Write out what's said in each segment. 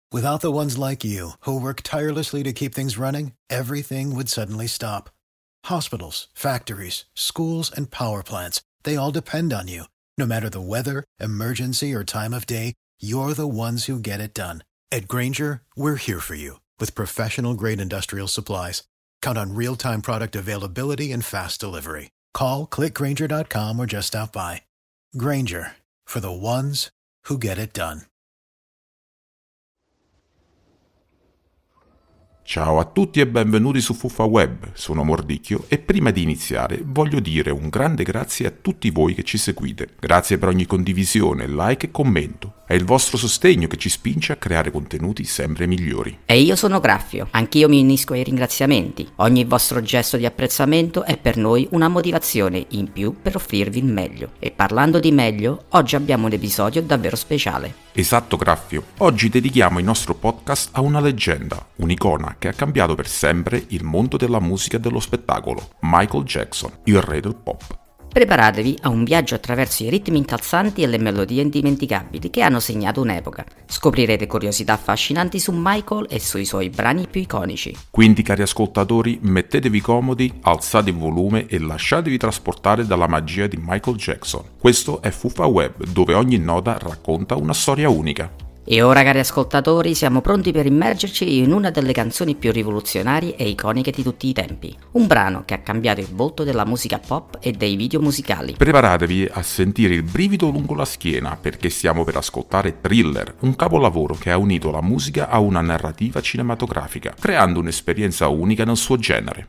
Without the ones like you, who work tirelessly to keep things running, everything would suddenly stop. Hospitals, factories, schools, and power plants, they all depend on you. No matter the weather, emergency, or time of day, you're the ones who get it done. At Grainger, we're here for you with professional-grade industrial supplies. Count on real-time product availability and fast delivery. Call, click Grainger.com or just stop by. Grainger, for the ones who get it done. Ciao a tutti e benvenuti su Fuffa Web, sono Mordicchio e prima di iniziare voglio dire un grande grazie a tutti voi che ci seguite. Grazie per ogni condivisione, like e commento. È il vostro sostegno che ci spinge a creare contenuti sempre migliori. E io sono Graffio, anch'io mi unisco ai ringraziamenti. Ogni vostro gesto di apprezzamento è per noi una motivazione in più per offrirvi il meglio. E parlando di meglio, oggi abbiamo un episodio davvero speciale. Esatto Graffio, oggi dedichiamo il nostro podcast a una leggenda, un'icona che ha cambiato per sempre il mondo della musica e dello spettacolo, Michael Jackson, il re del pop. Preparatevi a un viaggio attraverso i ritmi incalzanti e le melodie indimenticabili che hanno segnato un'epoca. Scoprirete curiosità affascinanti su Michael e sui suoi brani più iconici. Quindi cari ascoltatori, mettetevi comodi, alzate il volume e lasciatevi trasportare dalla magia di Michael Jackson. Questo è Fuffa Web, dove ogni nota racconta una storia unica. E ora, cari ascoltatori, siamo pronti per immergerci in una delle canzoni più rivoluzionarie e iconiche di tutti i tempi. Un brano che ha cambiato il volto della musica pop e dei video musicali. Preparatevi a sentire il brivido lungo la schiena perché stiamo per ascoltare Thriller, un capolavoro che ha unito la musica a una narrativa cinematografica, creando un'esperienza unica nel suo genere.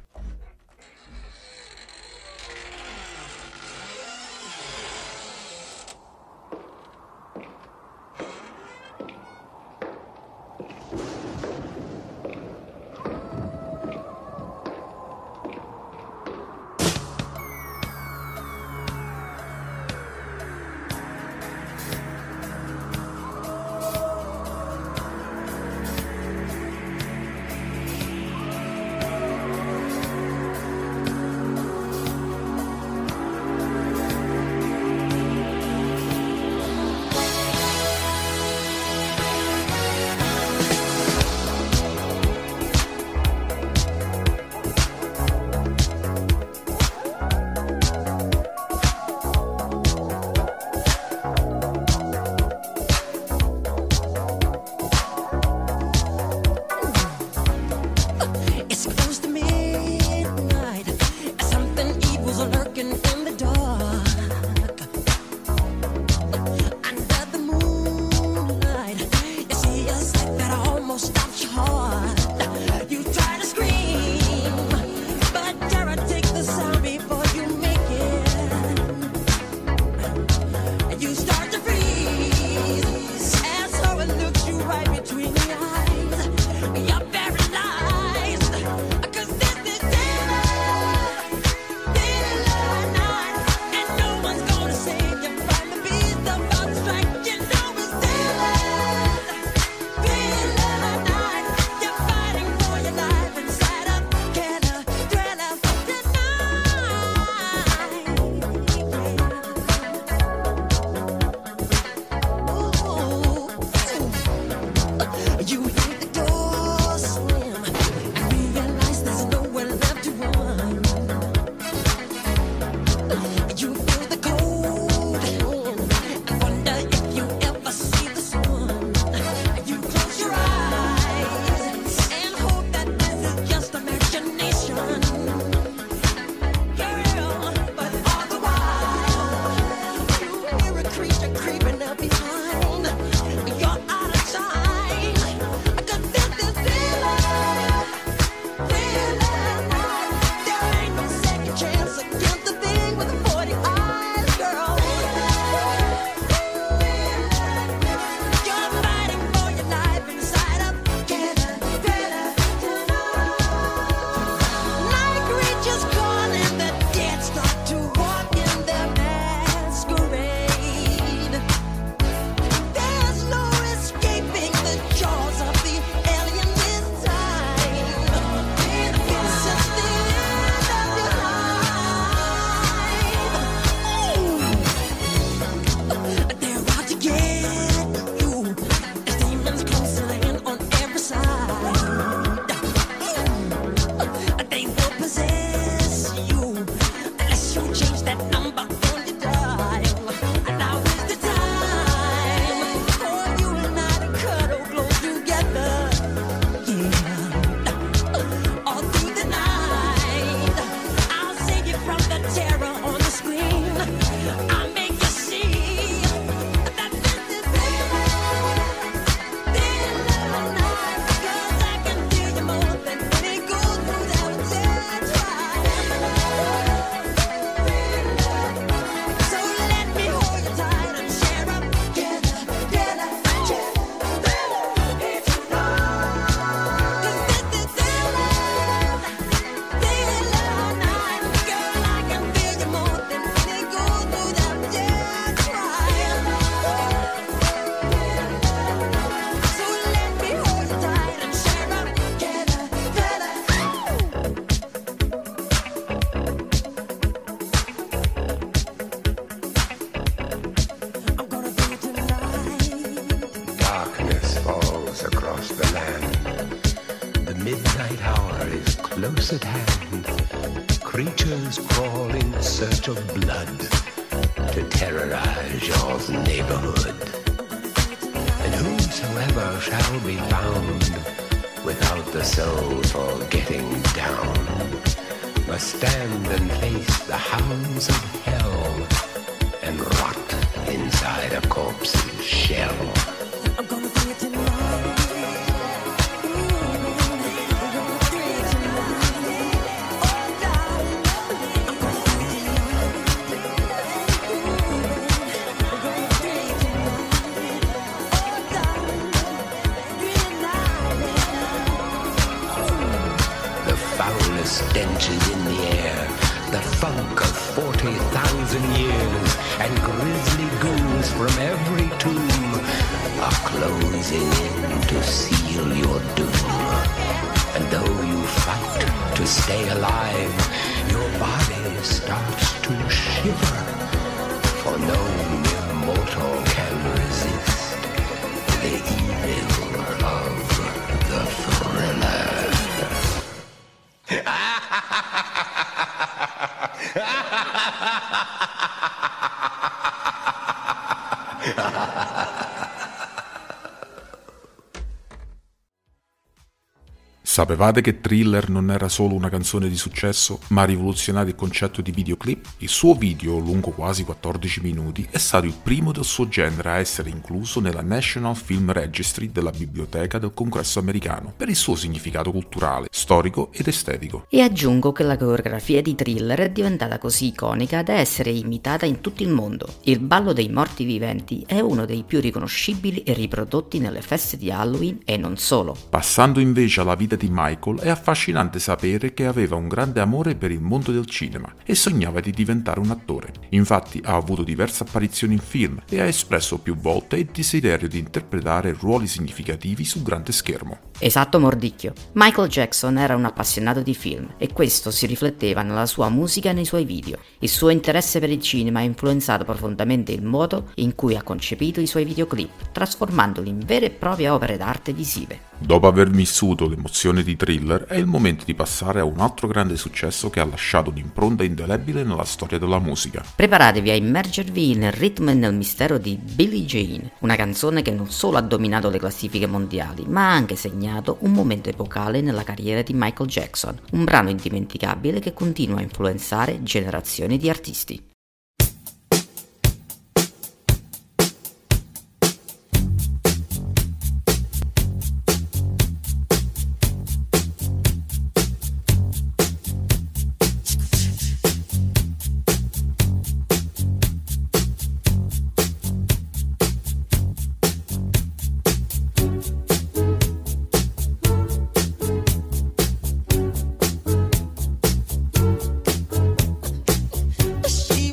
darkness falls across the land. The midnight hour is close at hand. Creatures crawl in search of blood to terrorize your neighborhood. And whosoever shall be found without the soul for getting down must stand and face the hounds of hell and rot inside a corpse's shell. I'm gonna do it tonight. Stench is in the air, the funk of 40,000 years, and grisly ghouls from every tomb are closing in to seal your doom. And though you fight to stay alive, your body starts to shiver, for no mere mortal can resist the evil of the thriller. Sapevate che Thriller non era solo una canzone di successo, ma ha rivoluzionato il concetto di videoclip? Il suo video, lungo quasi 14 minuti, è stato il primo del suo genere a essere incluso nella National Film Registry della Biblioteca del Congresso americano, per il suo significato culturale, storico ed estetico. E aggiungo che la coreografia di Thriller è diventata così iconica da essere imitata in tutto il mondo. Il ballo dei morti viventi è uno dei più riconoscibili e riprodotti nelle feste di Halloween e non solo. Passando invece alla vita di Michael, è affascinante sapere che aveva un grande amore per il mondo del cinema e sognava di diventare un attore. Infatti ha avuto diverse apparizioni in film e ha espresso più volte il desiderio di interpretare ruoli significativi sul grande schermo. Esatto, Mordicchio. Michael Jackson era un appassionato di film e questo si rifletteva nella sua musica e nei suoi video. Il suo interesse per il cinema ha influenzato profondamente il modo in cui ha concepito i suoi videoclip, trasformandoli in vere e proprie opere d'arte visive. Dopo aver vissuto l'emozione di Thriller, è il momento di passare a un altro grande successo che ha lasciato un'impronta indelebile nella storia della musica. Preparatevi a immergervi nel ritmo e nel mistero di Billie Jean, una canzone che non solo ha dominato le classifiche mondiali, ma ha anche segnato un momento epocale nella carriera di Michael Jackson, un brano indimenticabile che continua a influenzare generazioni di artisti. She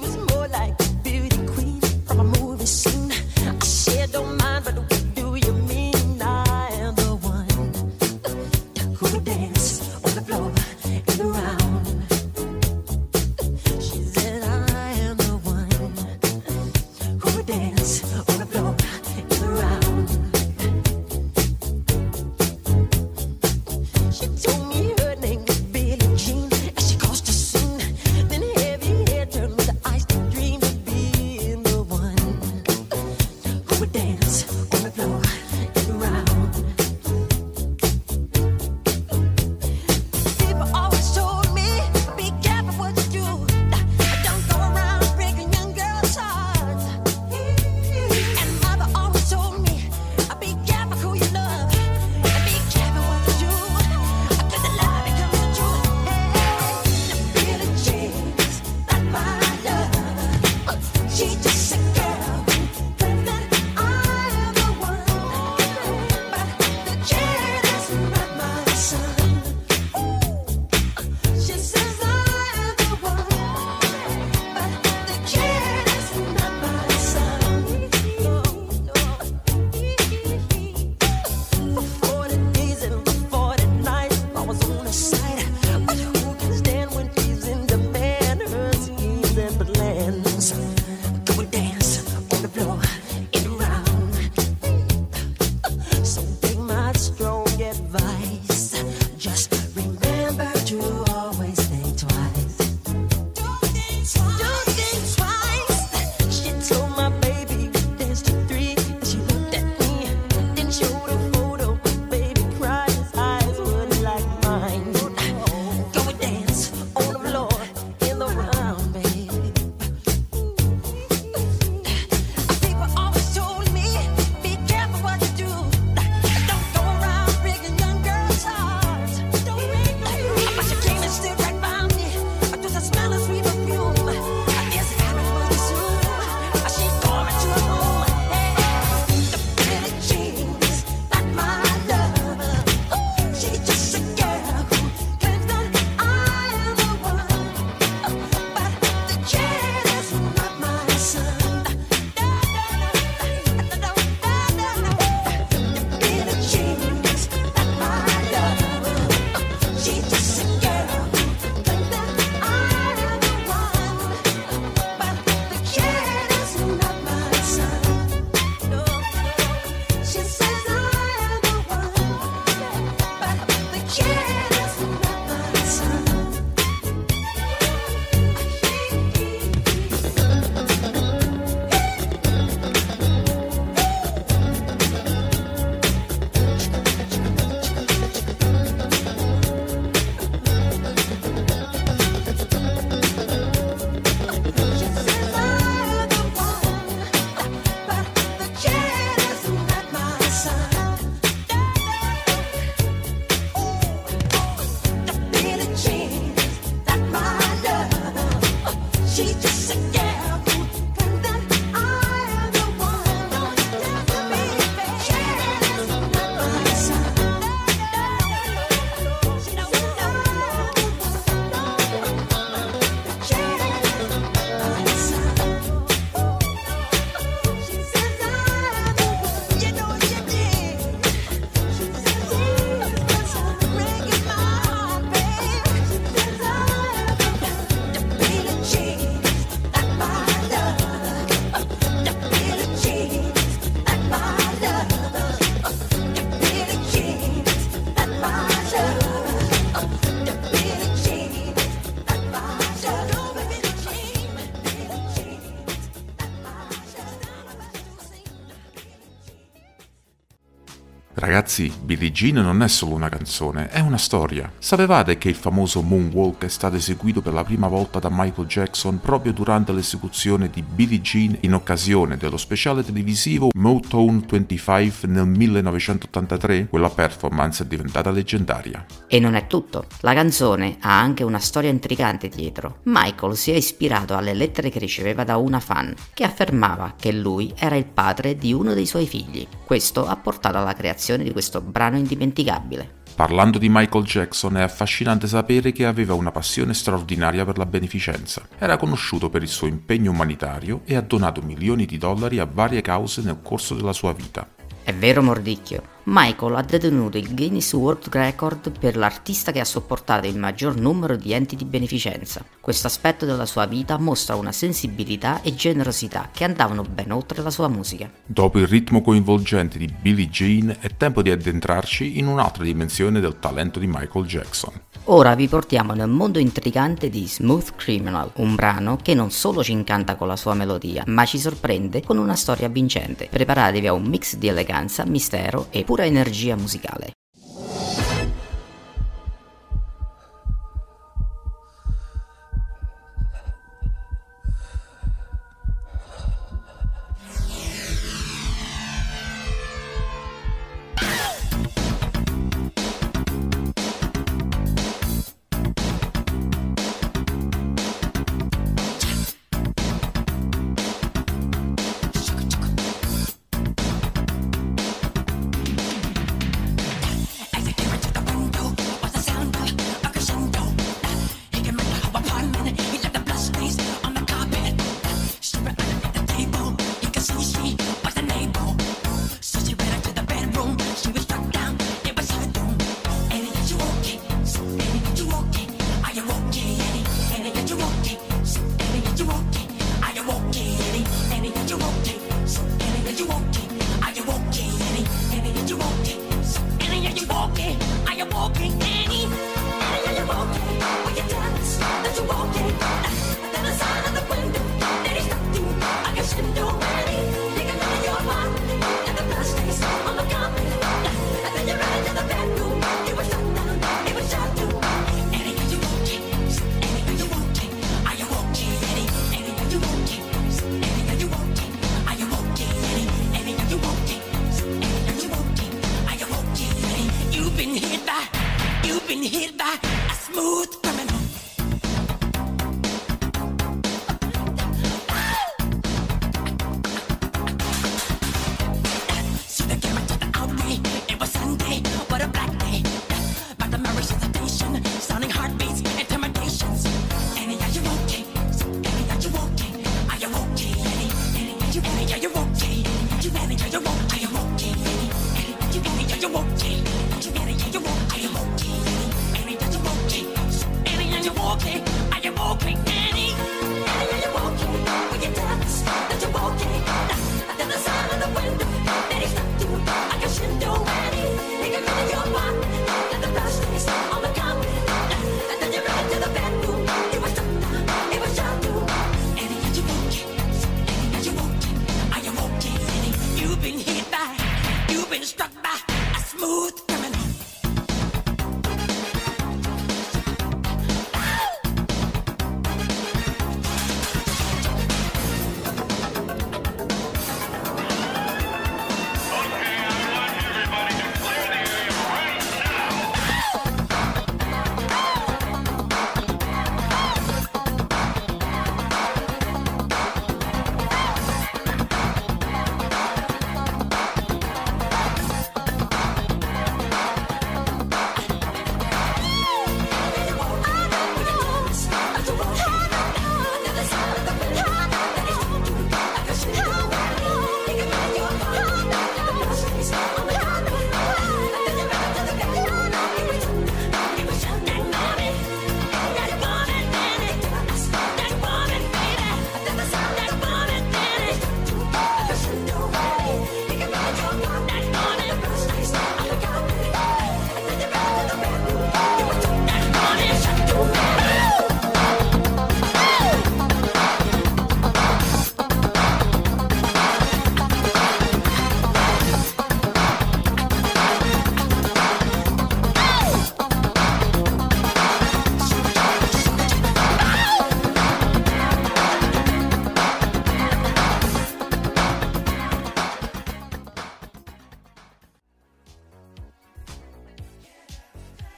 Ragazzi, Billie Jean non è solo una canzone, è una storia. Sapevate che il famoso Moonwalk è stato eseguito per la prima volta da Michael Jackson proprio durante l'esecuzione di Billie Jean in occasione dello speciale televisivo Motown 25 nel 1983? Quella performance è diventata leggendaria. E non è tutto. La canzone ha anche una storia intrigante dietro. Michael si è ispirato alle lettere che riceveva da una fan, che affermava che lui era il padre di uno dei suoi figli. Questo ha portato alla creazione di questo brano indimenticabile. Parlando di Michael Jackson, è affascinante sapere che aveva una passione straordinaria per la beneficenza. Era conosciuto per il suo impegno umanitario e ha donato milioni di dollari a varie cause nel corso della sua vita. È vero, Mordicchio. Michael ha detenuto il Guinness World Record per l'artista che ha supportato il maggior numero di enti di beneficenza. Questo aspetto della sua vita mostra una sensibilità e generosità che andavano ben oltre la sua musica. Dopo il ritmo coinvolgente di Billie Jean, è tempo di addentrarci in un'altra dimensione del talento di Michael Jackson. Ora vi portiamo nel mondo intrigante di Smooth Criminal, un brano che non solo ci incanta con la sua melodia, ma ci sorprende con una storia vincente. Preparatevi a un mix di eleganza, mistero e pura energia musicale.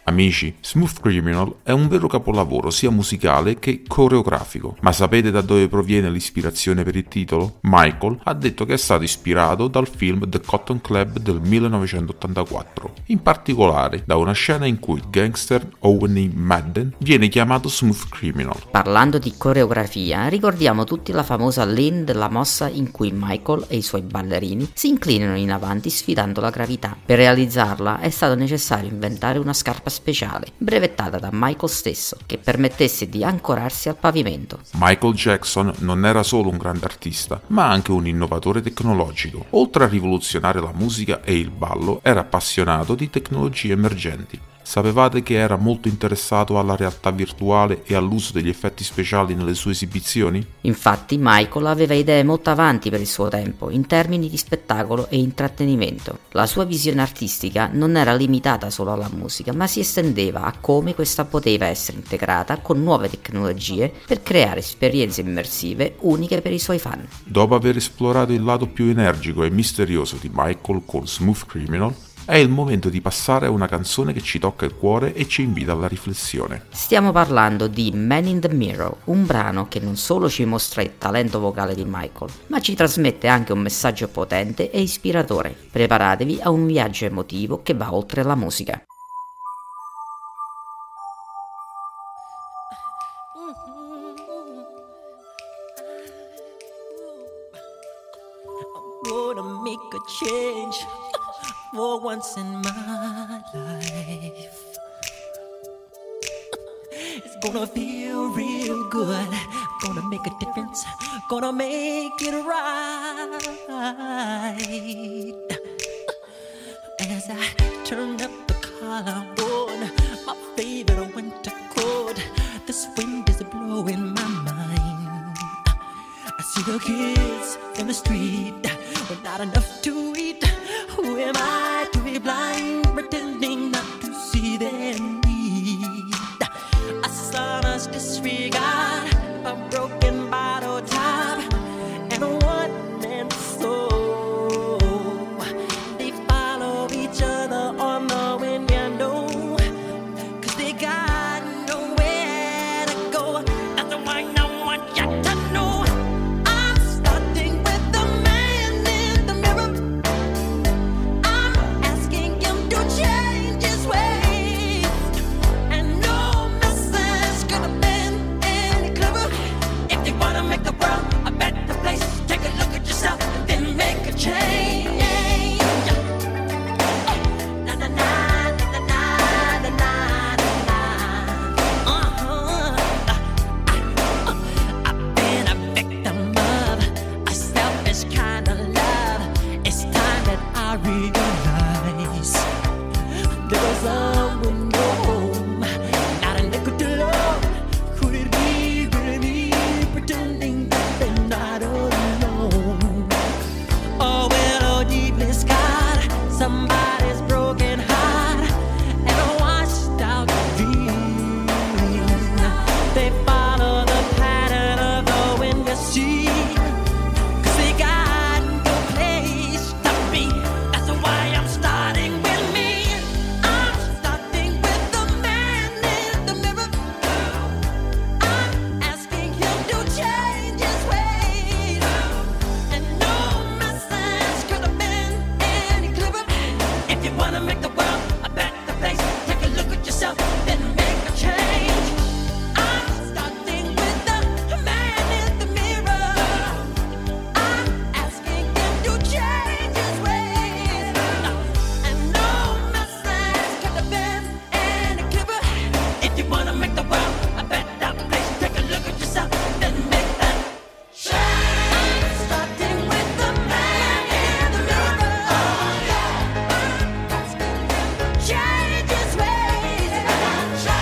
Amici, Smooth Criminal è un vero capolavoro sia musicale che coreografico. Ma sapete da dove proviene l'ispirazione per il titolo? Michael ha detto che è stato ispirato dal film The Cotton Club del 1984, in particolare da una scena in cui il gangster Owen E. Madden viene chiamato Smooth Criminal. Parlando di coreografia, ricordiamo tutti la famosa lean della mossa in cui Michael e i suoi ballerini si inclinano in avanti sfidando la gravità. Per realizzarla è stato necessario inventare una scarpa speciale, brevettata da Michael stesso, che permettesse di ancorarsi al pavimento. Michael Jackson non era solo un grande artista, ma anche un innovatore tecnologico. Oltre a rivoluzionare la musica e il ballo, era appassionato di tecnologie emergenti. Sapevate che era molto interessato alla realtà virtuale e all'uso degli effetti speciali nelle sue esibizioni? Infatti Michael aveva idee molto avanti per il suo tempo in termini di spettacolo e intrattenimento. La sua visione artistica non era limitata solo alla musica, ma si estendeva a come questa poteva essere integrata con nuove tecnologie per creare esperienze immersive uniche per i suoi fan. Dopo aver esplorato il lato più energico e misterioso di Michael con Smooth Criminal, è il momento di passare a una canzone che ci tocca il cuore e ci invita alla riflessione. Stiamo parlando di Man in the Mirror, un brano che non solo ci mostra il talento vocale di Michael, ma ci trasmette anche un messaggio potente e ispiratore. Preparatevi a un viaggio emotivo che va oltre la musica. Gonna make a change for once in my life. It's gonna feel real good. Gonna make a difference. Gonna make it right. As I turn up the collar on my favorite winter coat, this wind is blowing my mind. I see the kids in the street with not enough to eat. Who am I to be blind, pretending not to see their need? A sonorous disregard, a broken bottle top, and a one-man soul. They follow each other on the wind, you know, 'cause they got nowhere to go. That's why I want you to know I'm starting with the man in the mirror. I'm asking him to change his ways, and no message could have been any clearer. If you wanna make the world a better place, take a look at yourself, then make a change. Na na na na na na na na. I've been a victim of a selfish kind of love. It's time that I realize there was someone no home, not a nickel to love. Could it be really me pretending that they're not alone? Oh, well, oh, deeply scarred, somebody's broken heart and a washed out dream. They follow the pattern of the wind, you see, 'cause they got no place to be. That's why I'm starting with me. I'm starting with the man in the mirror. I'm asking him to change his ways, and no message could have been any clearer. If you wanna make the world a better place, take a look at yourself, then make a change. I'm starting with the man in the mirror. I'm asking him to change his ways, and no message could have been any clearer. If you wanna make the world a better place, take a look at yourself, then make that change. I'm starting with the man in the mirror. I'm asking him to change his ways.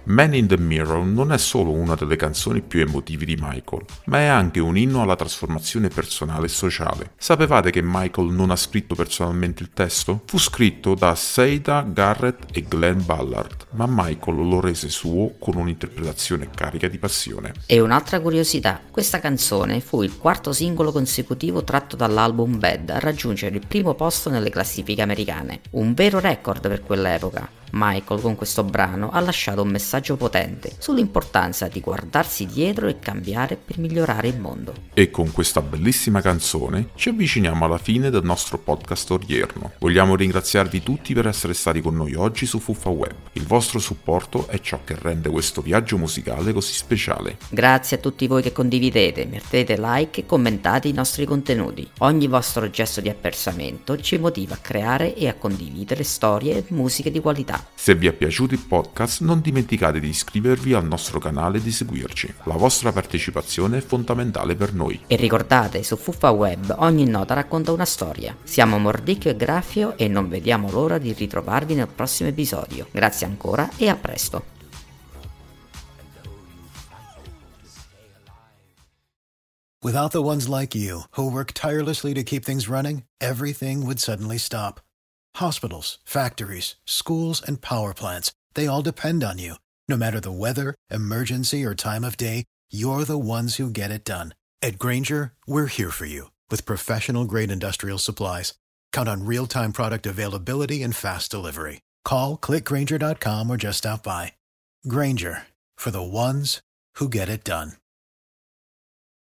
Man in the Mirror non è solo una delle canzoni più emotive di Michael, ma è anche un inno alla trasformazione personale e sociale. Sapevate che Michael non ha scritto personalmente il testo? Fu scritto da Seyda Garrett e Glenn Ballard, ma Michael lo rese suo con un'interpretazione carica di passione. E un'altra curiosità, questa canzone fu il quarto singolo consecutivo tratto dall'album Bad a raggiungere il primo posto nelle classifiche americane, un vero record per quell'epoca. Michael con questo brano ha lasciato un messaggio potente sull'importanza di guardarsi dietro e cambiare per migliorare il mondo. E con questa bellissima canzone ci avviciniamo alla fine del nostro podcast odierno. Vogliamo ringraziarvi tutti per essere stati con noi oggi su Fuffa Web. Il vostro supporto è ciò che rende questo viaggio musicale così speciale. Grazie a tutti voi che condividete, mettete like e commentate i nostri contenuti. Ogni vostro gesto di apprezzamento ci motiva a creare e a condividere storie e musiche di qualità. Se vi è piaciuto il podcast, non dimenticate di iscrivervi al nostro canale e di seguirci. La vostra partecipazione è fondamentale per noi. E ricordate, su Fuffa Web ogni nota racconta una storia. Siamo Mordicchio e Graffio e non vediamo l'ora di ritrovarvi nel prossimo episodio. Grazie ancora e a presto. Without the ones like you, who work tirelessly to keep things running, everything would suddenly stop. Hospitals, factories, schools, and power plants, they all depend on you. No matter the weather, emergency, or time of day, you're the ones who get it done. At Grainger, we're here for you with professional-grade industrial supplies. Count on real-time product availability and fast delivery. Call, click Grainger.com, or just stop by. Grainger, for the ones who get it done.